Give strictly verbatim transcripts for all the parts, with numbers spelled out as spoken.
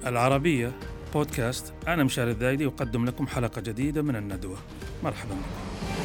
العربية بودكاست. أنا مشاري الذايدي أقدم لكم حلقة جديدة من الندوة. مرحبا بكم.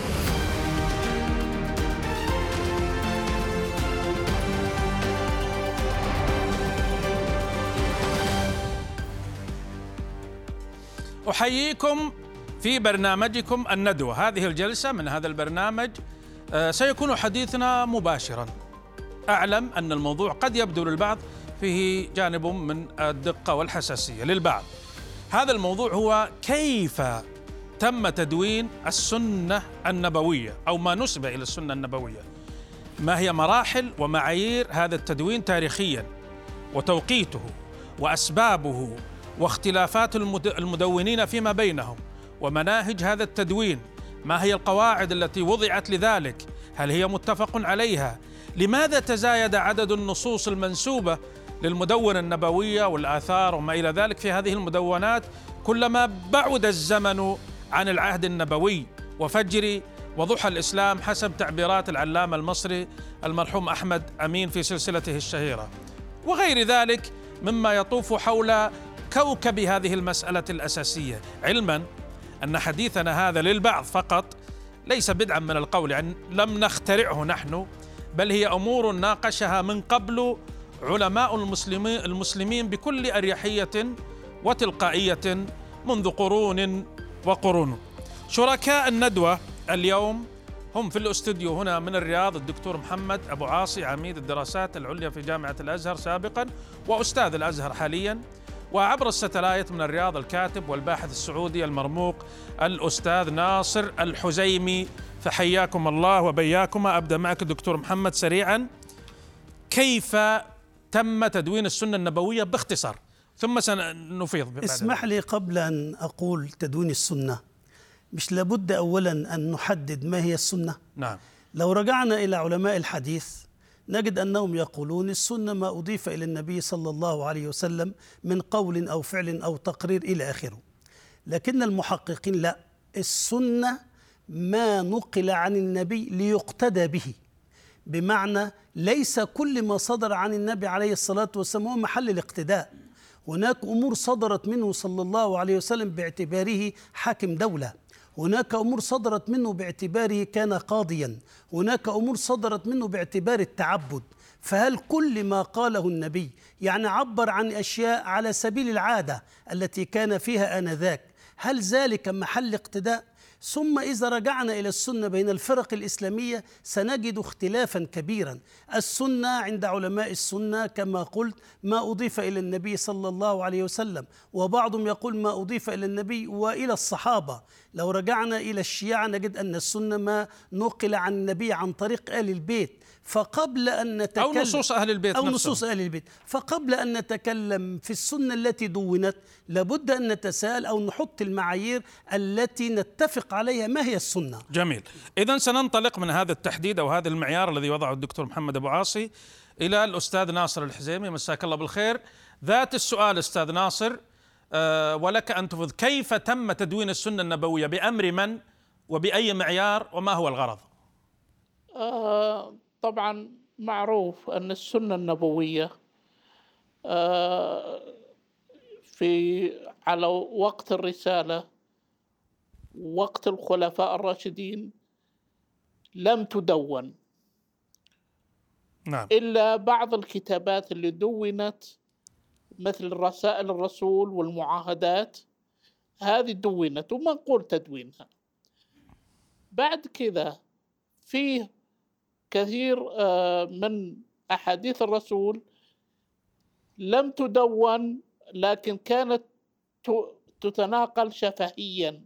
أحييكم في برنامجكم الندوة. هذه الجلسة من هذا البرنامج سيكون حديثنا مباشرا. أعلم أن الموضوع قد يبدو للبعض فيه جانب من الدقة والحساسية للبعض. هذا الموضوع هو كيف تم تدوين السنة النبوية أو ما نسب إلى السنة النبوية، ما هي مراحل ومعايير هذا التدوين تاريخيا وتوقيته وأسبابه واختلافات المدونين فيما بينهم ومناهج هذا التدوين، ما هي القواعد التي وضعت لذلك، هل هي متفق عليها، لماذا تزايد عدد النصوص المنسوبة للمدونة النبوية والآثار وما إلى ذلك في هذه المدونات كلما بعد الزمن عن العهد النبوي وفجر وضحى الإسلام حسب تعبيرات العلامة المصري المرحوم أحمد أمين في سلسلته الشهيرة، وغير ذلك مما يطوف حول كوكب هذه المسألة الأساسية، علما أن حديثنا هذا للبعض فقط ليس بدعا من القول، يعني لم نخترعه نحن، بل هي أمور ناقشها من قبل علماء المسلمين المسلمين بكل أريحية وتلقائية منذ قرون وقرون. شركاء الندوة اليوم هم في الاستوديو هنا من الرياض الدكتور محمد أبو عاصي، عميد الدراسات العليا في جامعة الأزهر سابقا وأستاذ الأزهر حاليا، وعبر الستلايت من الرياض الكاتب والباحث السعودي المرموق الأستاذ ناصر الحزيمي. فحياكم الله وبياكما. أبدأ معك دكتور محمد سريعا، كيف تم تدوين السنة النبوية باختصار ثم سنفيض. اسمح لي قبل أن أقول تدوين السنة، مش لابد أولا أن نحدد ما هي السنة؟ نعم. لو رجعنا إلى علماء الحديث نجد أنهم يقولون السنة ما أضيف إلى النبي صلى الله عليه وسلم من قول أو فعل أو تقرير إلى آخره، لكن المحققين لا، السنة ما نقل عن النبي ليقتدى به، بمعنى ليس كل ما صدر عن النبي عليه الصلاة والسلام هو محل الاقتداء. هناك أمور صدرت منه صلى الله عليه وسلم باعتباره حاكم دولة، هناك أمور صدرت منه باعتباره كان قاضيا، هناك أمور صدرت منه باعتبار التعبد. فهل كل ما قاله النبي يعني عبر عن أشياء على سبيل العادة التي كان فيها آنذاك، هل ذلك محل اقتداء؟ ثم إذا رجعنا إلى السنة بين الفرق الإسلامية سنجد اختلافا كبيرا. السنة عند علماء السنة كما قلت ما أضيف إلى النبي صلى الله عليه وسلم، وبعضهم يقول ما أضيف إلى النبي وإلى الصحابة. لو رجعنا إلى الشيعة نجد أن السنة ما نقل عن النبي عن طريق آل البيت. فقبل أن نتكلم أو نصوص أهل البيت أو نفسهم. نصوص أهل البيت فقبل أن نتكلم في السنة التي دونت لابد أن نتساءل أو نحط المعايير التي نتفق عليها ما هي السنة. جميل. إذن سننطلق من هذا التحديد أو هذا المعيار الذي وضعه الدكتور محمد أبو عاصي إلى الأستاذ ناصر الحزيمي. مساك الله بالخير. ذات السؤال أستاذ ناصر، أه ولك أن تفضل، كيف تم تدوين السنة النبوية، بأمر من وبأي معيار وما هو الغرض؟ آه طبعا معروف أن السنة النبوية آه في على وقت الرسالة وقت الخلفاء الراشدين لم تدون. نعم. إلا بعض الكتابات اللي دونت مثل رسائل الرسول والمعاهدات، هذه دونت ومنقول تدوينها. بعد كذا فيه كثير من أحاديث الرسول لم تدون لكن كانت تتناقل شفهيا،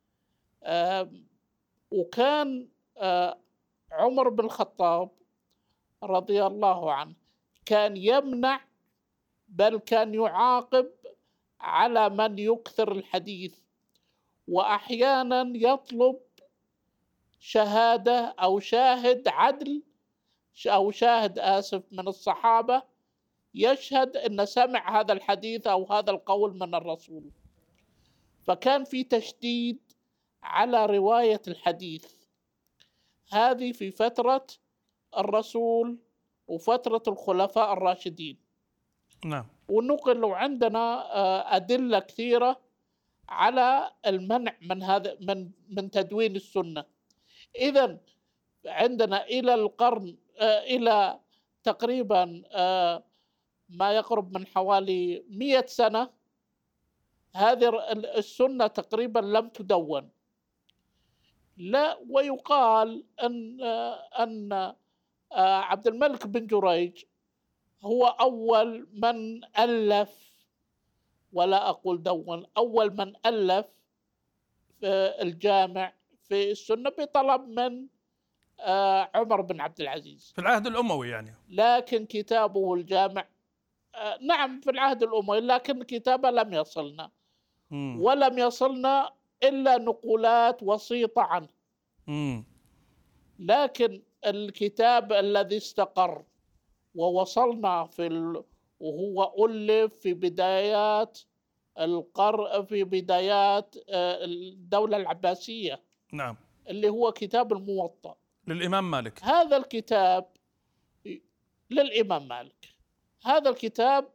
وكان عمر بن الخطاب رضي الله عنه كان يمنع بل كان يعاقب على من يكثر الحديث، وأحيانا يطلب شهادة أو شاهد عدل أو شاهد آسف من الصحابة يشهد أن سمع هذا الحديث أو هذا القول من الرسول. فكان في تشديد على رواية الحديث هذه في فترة الرسول وفترة الخلفاء الراشدين. نعم. ونقل عندنا أدلة كثيرة على المنع من هذا من من تدوين السنة. إذن عندنا إلى القرن إلى تقريبا ما يقرب من حوالي مئة سنة هذه السنة تقريبا لم تدون. لا، ويقال أن أن عبد الملك بن جريج هو أول من ألف، ولا أقول دون، أول من ألف في الجامع في السنة بطلب من عمر بن عبد العزيز في العهد الأموي يعني. لكن كتابه الجامع نعم في العهد الأموي، لكن كتابه لم يصلنا مم. ولم يصلنا إلا نقولات وسيطة عنه. مم. لكن الكتاب الذي استقر ووصلنا في ال... وهو ألف في بدايات القر في بدايات الدولة العباسية. نعم. اللي هو كتاب الموطأ للإمام مالك. هذا الكتاب للإمام مالك. هذا الكتاب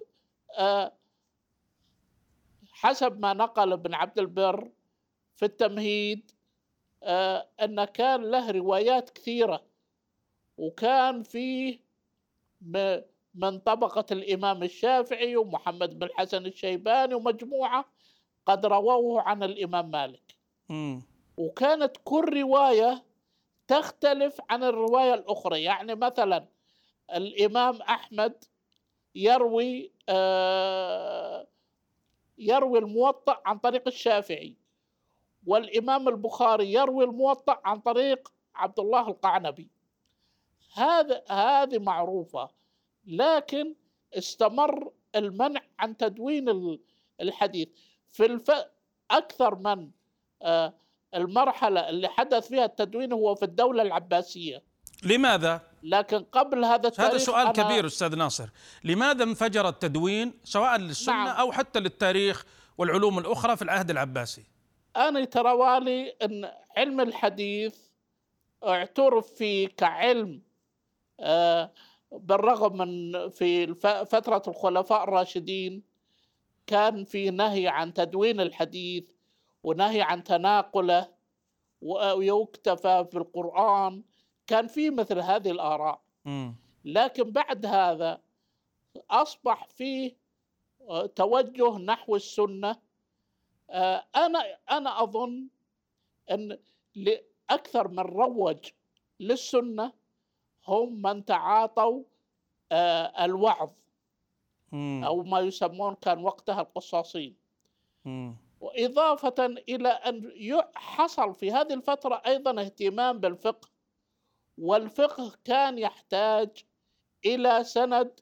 حسب ما نقل ابن عبد البر في التمهيد أن كان له روايات كثيرة، وكان فيه من طبقة الإمام الشافعي ومحمد بن الحسن الشيباني ومجموعة قد رووه عن الإمام مالك. م. وكانت كل رواية تختلف عن الرواية الأخرى. يعني مثلا الإمام أحمد يروي آه يروي الموطأ عن طريق الشافعي، والإمام البخاري يروي الموطأ عن طريق عبد الله القعنبي. هذا هذه معروفة، لكن استمر المنع عن تدوين الحديث في الف... أكثر من آه المرحلة اللي حدث فيها التدوين هو في الدولة العباسية. لماذا؟ لكن قبل هذا التاريخ هذا سؤال أنا... كبير أستاذ ناصر. لماذا انفجر التدوين سواء للسنة نعم. أو حتى للتاريخ والعلوم الأخرى في العهد العباسي؟ أنا تروالي أن علم الحديث اعترف فيه كعلم آه بالرغم من في فترة الخلفاء الراشدين كان في نهي عن تدوين الحديث ونهي عن تناقله ويكتفى في القرآن، كان في مثل هذه الآراء. م. لكن بعد هذا أصبح فيه توجه نحو السنة. أنا أنا أظن أن أكثر من روج للسنة هم من تعاطوا الوعظ م. أو ما يسمون كان وقتها القصاصين. م. وإضافة إلى أن حصل في هذه الفترة أيضا اهتمام بالفقه، والفقه كان يحتاج إلى سند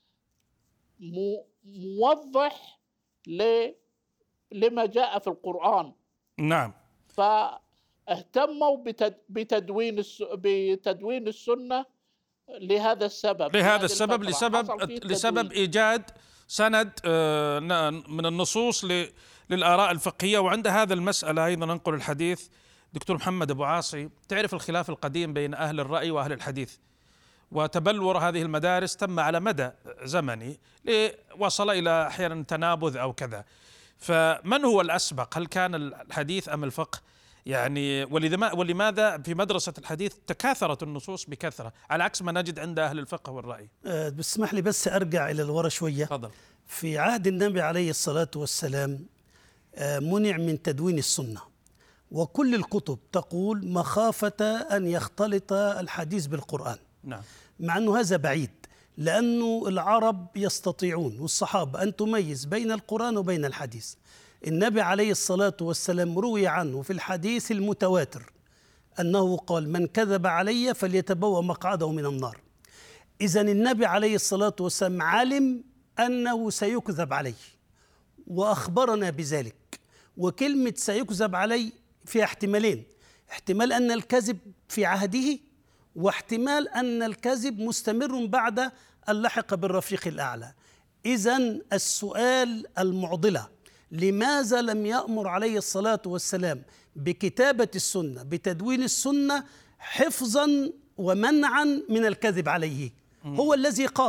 موضح لما جاء في القرآن. نعم. فاهتموا بتدوين بتدوين السنة لهذا السبب لهذا السبب لسبب لسبب إيجاد سند من النصوص للآراء الفقهية. وعند هذا المسألة أيضا ننقل الحديث دكتور محمد أبو عاصي. تعرف الخلاف القديم بين أهل الرأي وأهل الحديث، وتبلور هذه المدارس تم على مدى زمني وصل إلى أحيانا تنابذ أو كذا. فمن هو الأسبق؟ هل كان الحديث أم الفقه؟ يعني ولماذا في مدرسة الحديث تكاثرت النصوص بكثرة على عكس ما نجد عند أهل الفقه والرأي؟ أه بسمح لي بس أرجع إلى الورا شوية. فضل. في عهد النبي عليه الصلاة والسلام أه منع من تدوين السنة، وكل الكتب تقول مخافة أن يختلط الحديث بالقرآن. نعم. مع أنه هذا بعيد، لأنه العرب يستطيعون والصحابة أن تميز بين القرآن وبين الحديث. النبي عليه الصلاة والسلام روي عنه في الحديث المتواتر أنه قال من كذب علي فليتبوأ مقعده من النار. إذن النبي عليه الصلاة والسلام علم أنه سيكذب عليه وأخبرنا بذلك. وكلمة سيكذب علي فيها احتمالين: احتمال أن الكذب في عهده، واحتمال أن الكذب مستمر بعد اللحق بالرفيق الأعلى. إذن السؤال المعضلة: لماذا لم يأمر عليه الصلاة والسلام بكتابة السنة بتدوين السنة حفظا ومنعا من الكذب عليه؟ هو الذي قال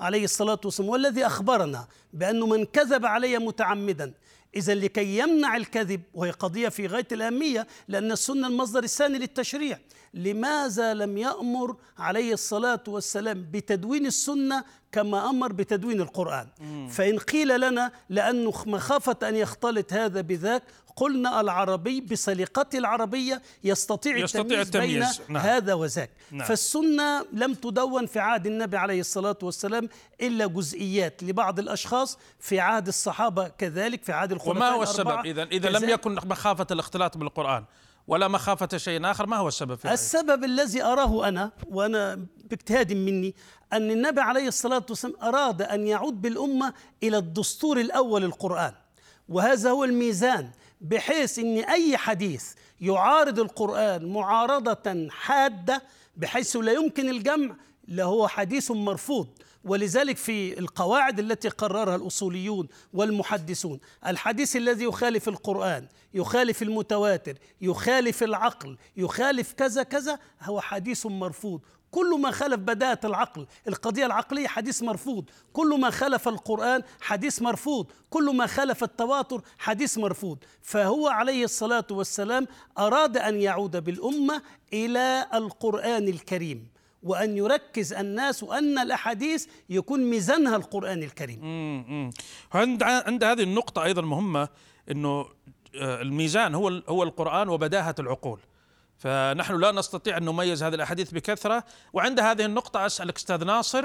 عليه الصلاة والسلام والذي أخبرنا بأنه من كذب علي متعمدا، إذا لكي يمنع الكذب، وهي قضية في غاية الأهمية لأن السنة المصدر الثاني للتشريع، لماذا لم يأمر عليه الصلاة والسلام بتدوين السنة كما أمر بتدوين القرآن؟ مم. فإن قيل لنا لأنه مخافة أن يختلط هذا بذاك، قلنا العربي بسليقته العربية يستطيع, يستطيع التمييز, التمييز. بين نعم. هذا وذاك. نعم. فالسنة لم تدون في عهد النبي عليه الصلاة والسلام إلا جزئيات لبعض الأشخاص، في عهد الصحابة كذلك، في عهد الخلفاء الأربعة. وما هو السبب إذا إذا لم يكن مخافة الاختلاط بالقرآن ولا مخافة شيء آخر؟ ما هو السبب في السبب الذي أراه أنا وأنا باجتهاد مني أن النبي عليه الصلاة والسلام أراد أن يعود بالأمة إلى الدستور الأول القرآن، وهذا هو الميزان، بحيث أن أي حديث يعارض القرآن معارضة حادة بحيث لا يمكن الجمع لهو حديث مرفوض. ولذلك في القواعد التي قررها الأصوليون والمحدثون، الحديث الذي يخالف القرآن، يخالف المتواتر، يخالف العقل، يخالف كذا كذا، هو حديث مرفوض. كل ما خالف بداءة العقل، القضية العقلية، حديث مرفوض. كل ما خالف القرآن حديث مرفوض. كل ما خالف التواتر حديث مرفوض. فهو عليه الصلاة والسلام أراد أن يعود بالأمة إلى القرآن الكريم، وأن يركز الناس وأن الأحاديث يكون ميزانها القرآن الكريم. امم عند عند هذه النقطة أيضا مهمة، إنه الميزان هو هو القرآن وبداهة العقول، فنحن لا نستطيع أن نميز هذه الأحاديث بكثرة. وعند هذه النقطة أسألك أستاذ ناصر،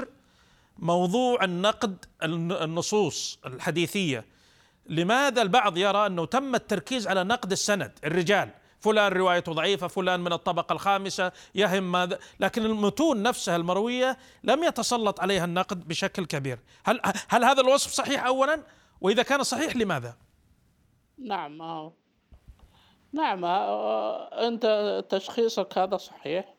موضوع النقد النصوص الحديثية، لماذا البعض يرى أنه تم التركيز على نقد السند، الرجال، فلان روايته ضعيفة، فلان من الطبقة الخامسة، يهم ماذا، لكن المتون نفسها المروية لم يتسلط عليها النقد بشكل كبير. هل هل هذا الوصف صحيح أولا؟ وإذا كان صحيح لماذا؟ نعم نعم أنت تشخيصك هذا صحيح.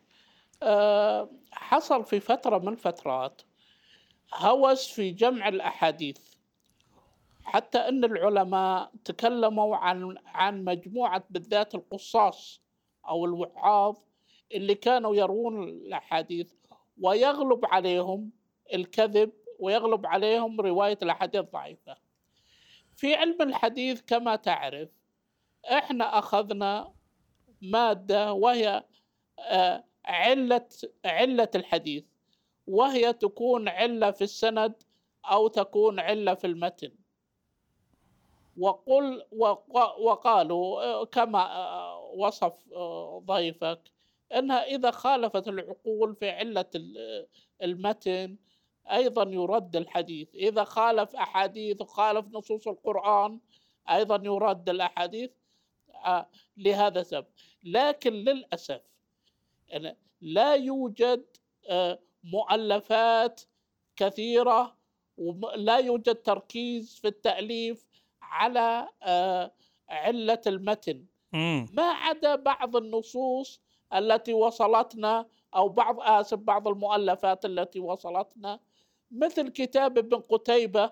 حصل في فترة من الفترات هوس في جمع الأحاديث، حتى أن العلماء تكلموا عن عن مجموعة بالذات القصاص أو الوعاظ اللي كانوا يروون الأحاديث ويغلب عليهم الكذب ويغلب عليهم رواية الأحاديث الضعيفة. في علم الحديث كما تعرف إحنا أخذنا مادة وهي علة علة الحديث، وهي تكون علة في السند أو تكون علة في المتن. وقل وقالوا كما وصف ضيفك أنها إذا خالفت العقول في علة المتن أيضا يرد الحديث، إذا خالف أحاديث وخالف نصوص القرآن أيضا يرد الأحاديث لهذا السبب. لكن للأسف لا يوجد مؤلفات كثيرة ولا يوجد تركيز في التأليف على علة المتن، ما عدا بعض النصوص التي وصلتنا أو بعض آسف بعض المؤلفات التي وصلتنا، مثل كتاب ابن قتيبة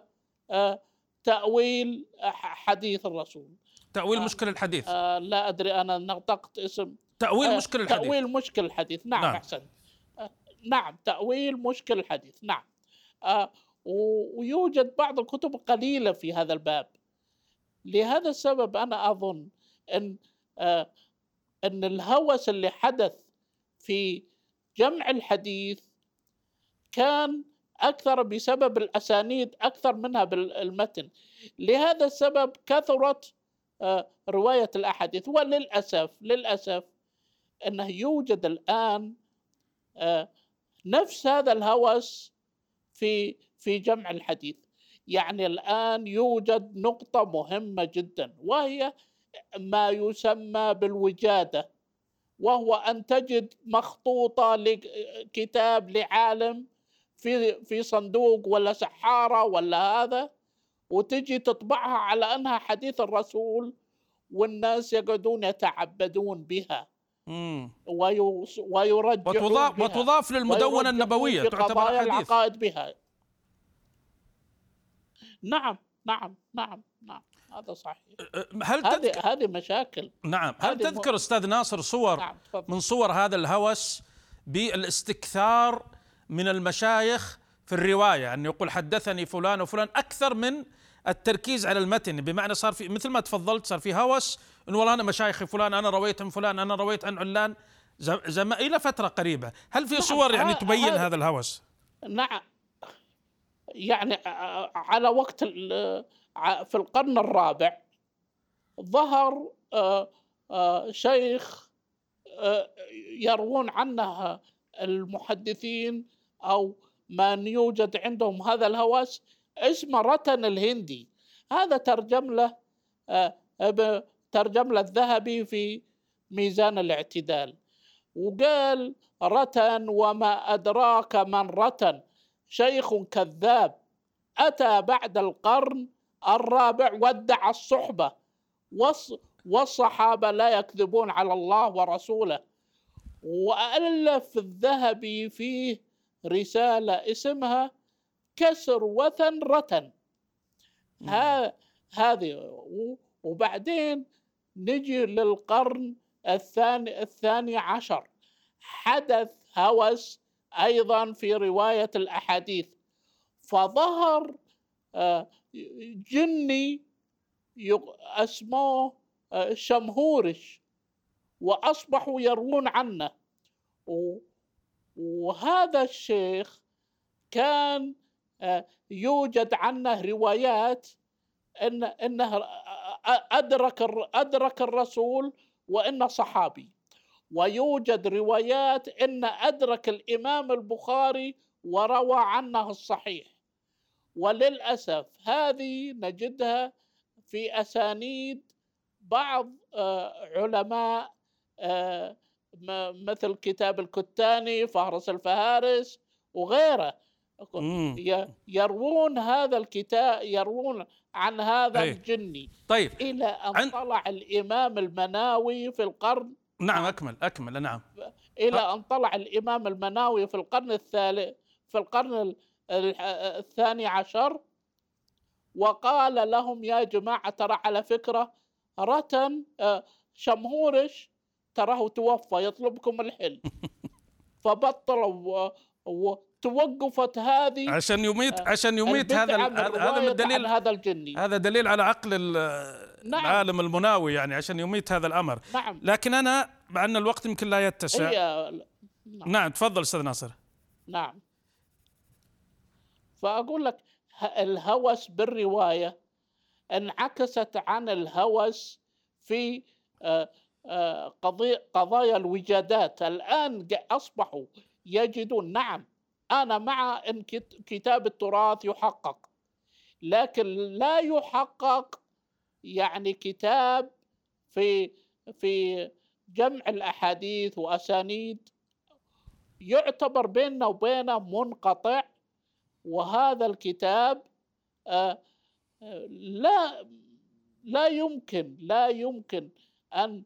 تأويل حديث الرسول، تأويل مشكل الحديث. آه لا أدري أنا نطقت اسم تأويل آه مشكل الحديث. تأويل مشكل الحديث. نعم, نعم. أحسن آه نعم تأويل مشكل الحديث. نعم آه ويوجد بعض الكتب قليلة في هذا الباب. لهذا السبب أنا أظن أن آه أن الهوس اللي حدث في جمع الحديث كان أكثر بسبب الأسانيد أكثر منها بالمتن. لهذا السبب كثرت آه رواية الأحاديث. وللأسف للأسف أنه يوجد الآن آه نفس هذا الهوس في في جمع الحديث. يعني الآن يوجد نقطة مهمة جدا، وهي ما يسمى بالوجادة، وهو أن تجد مخطوطة لكتاب لعالم في في صندوق ولا سحارة ولا هذا، وتجي تطبعها على أنها حديث الرسول، والناس يقعدون يتعبدون بها ويرجعون وتضاف, بها وتضاف للمدونة النبوية، تعتبر حديث العقائد بها. نعم نعم نعم نعم هذا صحيح. هل هذه تذكر... هذه مشاكل. نعم. هل تذكر م... أستاذ ناصر صور نعم. من صور هذا الهوس بالاستكثار من المشايخ في الرواية، أن يقول حدثني فلان وفلان، أكثر من التركيز على المتن. بمعنى صار في مثل ما تفضلت، صار في هوس إنه والله أنا مشايخي فلان، أنا رويت عن فلان، أنا رويت عن علان زم... إلى فترة قريبة. هل في نعم صور يعني تبين هذا هذا الهوس؟ نعم، يعني على وقت في القرن الرابع ظهر شيخ يروون عنه المحدثين أو من يوجد عندهم هذا الهوس، اسمه رتن الهندي. هذا ترجم له ترجم له الذهبي في ميزان الاعتدال، وقال رتن وما أدراك من رتن، شيخ كذاب أتى بعد القرن الرابع وادعى الصحبة، والصحابة لا يكذبون على الله ورسوله. وألف الذهبي فيه رسالة اسمها كسر وثن رتن. هذه. وبعدين نجي للقرن الثاني الثاني عشر، حدث هوس أيضا في رواية الأحاديث، فظهر جني اسمه شمهورش، وأصبحوا يروون عنه. وهذا الشيخ كان يوجد عنه روايات إن إنه أدرك أدرك الرسول وإنه صحابي، ويوجد روايات إن أدرك الإمام البخاري وروى عنه الصحيح. وللأسف هذه نجدها في أسانيد بعض علماء مثل كتاب الكتاني، فهرس الفهارس وغيره، يروون هذا الكتاب، يروون عن هذا أي. الجني. طيب. إلى أن عن... طلع الإمام المناوي في القرن نعم أكمل أكمل نعم إلى أن طلع الإمام المناوي في القرن الثالث في القرن الثاني عشر، وقال لهم يا جماعة ترى على فكرة رتن شمهورش تراه توفى يطلبكم الحل. فبطلوا وتوقفت هذه عشان يميت عشان يميت هذا هذا الدليل، هذا الجني، هذا دليل على عقل نعم. العالم المناوي يعني عشان يميت هذا الأمر. نعم. لكن أنا مع أن الوقت يمكن لا يتسع. نعم. نعم تفضل أستاذ ناصر. نعم. فأقول لك الهوس بالرواية انعكست عن الهوس في قضايا الوجادات. الآن أصبحوا يجدون، نعم أنا مع أن كتاب التراث يحقق، لكن لا يحقق يعني كتاب في في جمع الأحاديث وأسانيد يعتبر بيننا وبينه منقطع. وهذا الكتاب آه لا لا يمكن لا يمكن أن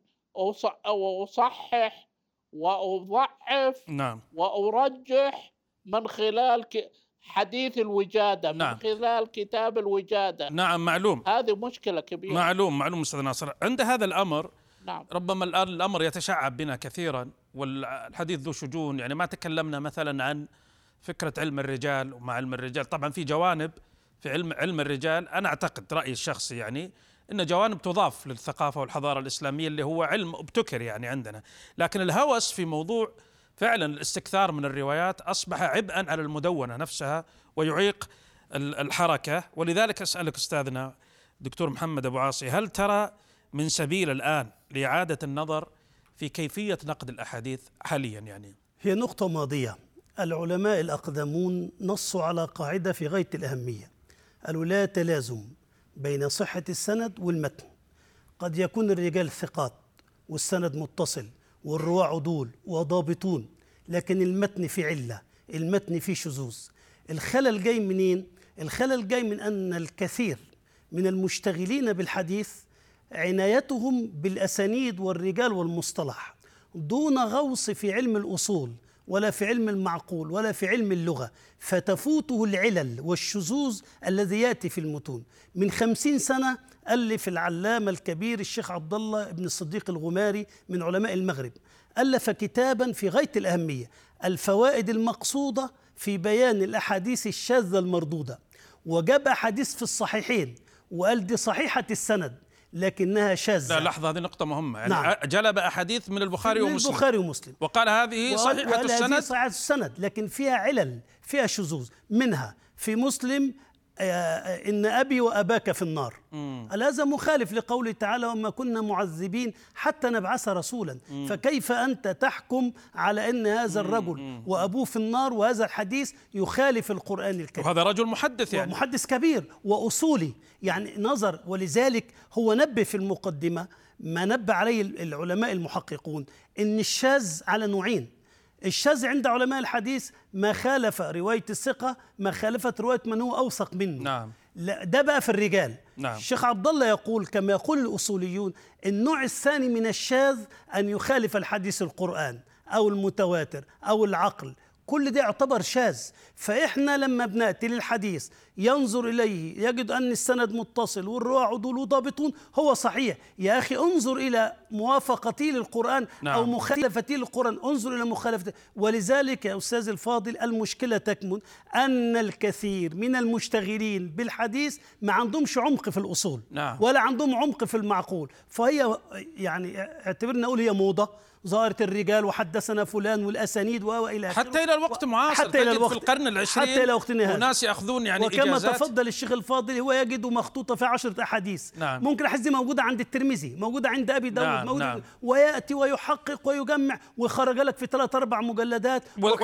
أصحح وأضعف نعم. وأرجح من خلال حديث الوجادة، نعم. من خلال كتاب الوجادة. نعم معلوم. هذه مشكلة كبيرة. معلوم معلوم أستاذ ناصر. عند هذا الأمر نعم. ربما الآن الأمر يتشعب بنا كثيرا والحديث ذو شجون، يعني ما تكلمنا مثلا عن فكرة علم الرجال. ومع علم الرجال طبعا في جوانب في علم علم الرجال، أنا أعتقد رأيي الشخصي يعني إن جوانب تضاف للثقافة والحضارة الإسلامية اللي هو علم ابتكر يعني عندنا، لكن الهوس في موضوع فعلا الاستكثار من الروايات أصبح عبئا على المدونة نفسها ويعيق الحركة. ولذلك أسألك أستاذنا دكتور محمد أبو عاصي، هل ترى من سبيل الآن لإعادة النظر في كيفية نقد الأحاديث حاليا؟ يعني هي نقطة ماضية. العلماء الأقدمون نصوا على قاعدة في غاية الأهمية، قالوا لا تلازم بين صحة السند والمتن. قد يكون الرجال ثقات والسند متصل والرواة عدول وضابطون، لكن المتن في علة، المتن في شذوذ. الخلل جاي منين؟ الخلل جاي من أن الكثير من المشتغلين بالحديث عنايتهم بالأسانيد والرجال والمصطلح دون غوص في علم الأصول ولا في علم المعقول ولا في علم اللغة، فتفوته العلل والشذوذ الذي يأتي في المتون. من خمسين سنة ألف العلامة الكبير الشيخ عبد الله بن الصديق الغماري من علماء المغرب، ألف كتابا في غاية الأهمية، الفوائد المقصودة في بيان الأحاديث الشاذة المردودة، وجاب أحاديث في الصحيحين وقال دي صحيحة السند لكنها شاذة. لا لحظة، هذه نقطة مهمة. يعني نعم. جلب أحاديث من البخاري من ومسلم البخاري ومسلم وقال هذه صحيحة وقال السند. هذه صحيحة السند لكن فيها علل، فيها شذوذ. منها في مسلم إن أبي وأباك في النار. هذا مخالف لقوله تعالى وما كنا معذبين حتى نبعث رسولا. مم. فكيف أنت تحكم على أن هذا الرجل مم. وأبوه في النار وهذا الحديث يخالف القرآن الكريم؟ وهذا رجل محدث، يعني محدث كبير وأصولي، يعني نظر. ولذلك هو نبه في المقدمة ما نبه عليه العلماء المحققون إن الشاذ على نوعين. الشاذ عند علماء الحديث ما خالف رواية الثقة، ما خالفت رواية من هو أوثق منه. نعم. لا ده بقى في الرجال. نعم. الشيخ عبد الله يقول كما يقول الأصوليون النوع الثاني من الشاذ أن يخالف الحديث القرآن أو المتواتر أو العقل، كل ده يعتبر شاذ. فإحنا لما بنأتي للحديث ينظر إليه يجد أن السند متصل والرواة عدول وضابطون هو صحيح. يا أخي انظر إلى موافقته للقرآن. نعم. أو مخالفته للقرآن، انظر إلى مخالفته. ولذلك يا أستاذ الفاضل المشكلة تكمن أن الكثير من المشتغلين بالحديث ما عندهمش عمق في الأصول. نعم. ولا عندهم عمق في المعقول. فهي يعني اعتبرنا نقول هي موضة ظاهرة الرجال وحدثنا فلان والأسانيد وإلى آخره. حتى إلى الوقت معاصر، حتى إلى الوقت في القرن العشرين حتى إلى وقتنا هذا وناس يأخذون يعني وكما إجازات. تفضل الشيخ الفاضل هو يجد مخطوطة في عشرة أحاديث. نعم. ممكن أحاديث موجودة عند الترمذي، موجودة عند أبي داود. نعم. موجودة. نعم. ويأتي ويحقق ويجمع ويخرج لك في ثلاث أربع مجلدات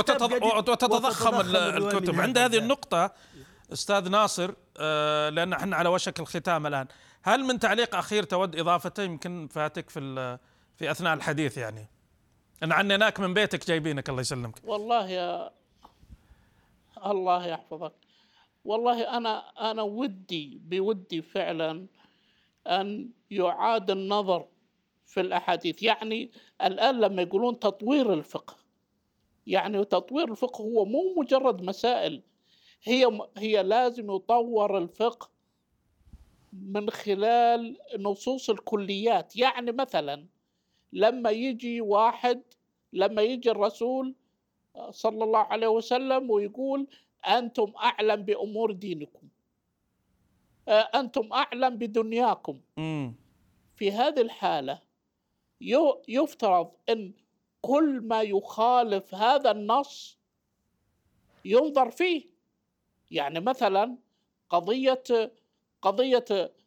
وتتضخم الكتب. عند هذه النقطة أستاذ ناصر، آه لأن احنا على وشك الختام الآن، هل من تعليق أخير تود إضافته يمكن فاتك في في أثناء الحديث؟ يعني أنا عنيناك من بيتك جايبينك، الله يسلمك. والله يا الله يحفظك، والله أنا أنا ودي بودي فعلا أن يعاد النظر في الأحاديث. يعني الآن لما يقولون تطوير الفقه، يعني تطوير الفقه هو مو مجرد مسائل، هي هي لازم يطور الفقه من خلال نصوص الكليات. يعني مثلا لما يجي واحد لما يجي الرسول صلى الله عليه وسلم ويقول أنتم أعلم بأمور دينكم، أنتم أعلم بدنياكم. م. في هذه الحالة يفترض أن كل ما يخالف هذا النص ينظر فيه. يعني مثلا قضية قضية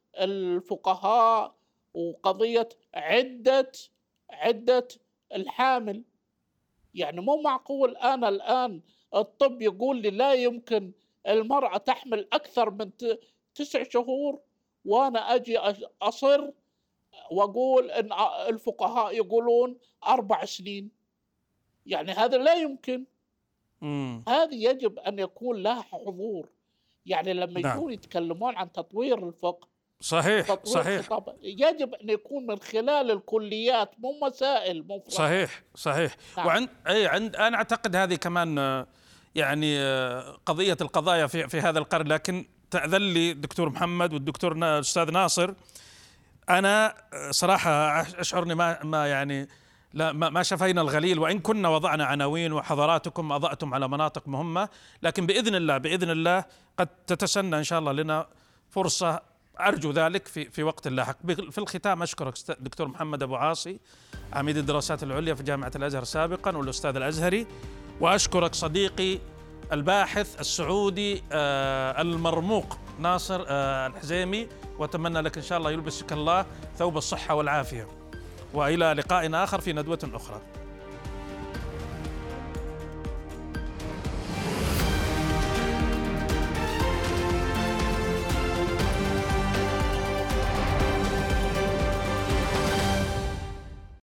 الفقهاء وقضية عدة عدة الحامل. يعني مو معقول أنا الآن الطب يقول لي لا يمكن المرأة تحمل أكثر من تسع شهور وأنا أجي أصر وأقول إن الفقهاء يقولون أربع سنين. يعني هذا لا يمكن. مم. هذه يجب أن يكون لها حضور. يعني لما نعم. يكون يتكلمون عن تطوير الفقه، صحيح صحيح خطاب، يجب أن يكون من خلال الكليات مو مسائل مفرغة. صحيح صحيح. نعم. وعند أي عند أنا أعتقد هذه كمان يعني قضية القضايا في في هذا القرن. لكن تأذن لي دكتور محمد والدكتور أستاذ ناصر، أنا صراحة أشعرني ما ما يعني لا ما شفينا الغليل، وإن كنا وضعنا عناوين وحضراتكم أضأتم على مناطق مهمة، لكن بإذن الله بإذن الله قد تتسنى إن شاء الله لنا فرصة، أرجو ذلك في في وقت لاحق. في الختام أشكرك دكتور محمد أبو عاصي عميد الدراسات العليا في جامعة الأزهر سابقا والأستاذ الأزهري، وأشكرك صديقي الباحث السعودي آه المرموق ناصر آه الحزيمي، وأتمنى لك إن شاء الله يلبسك الله ثوب الصحة والعافية، وإلى لقاء آخر في ندوة أخرى.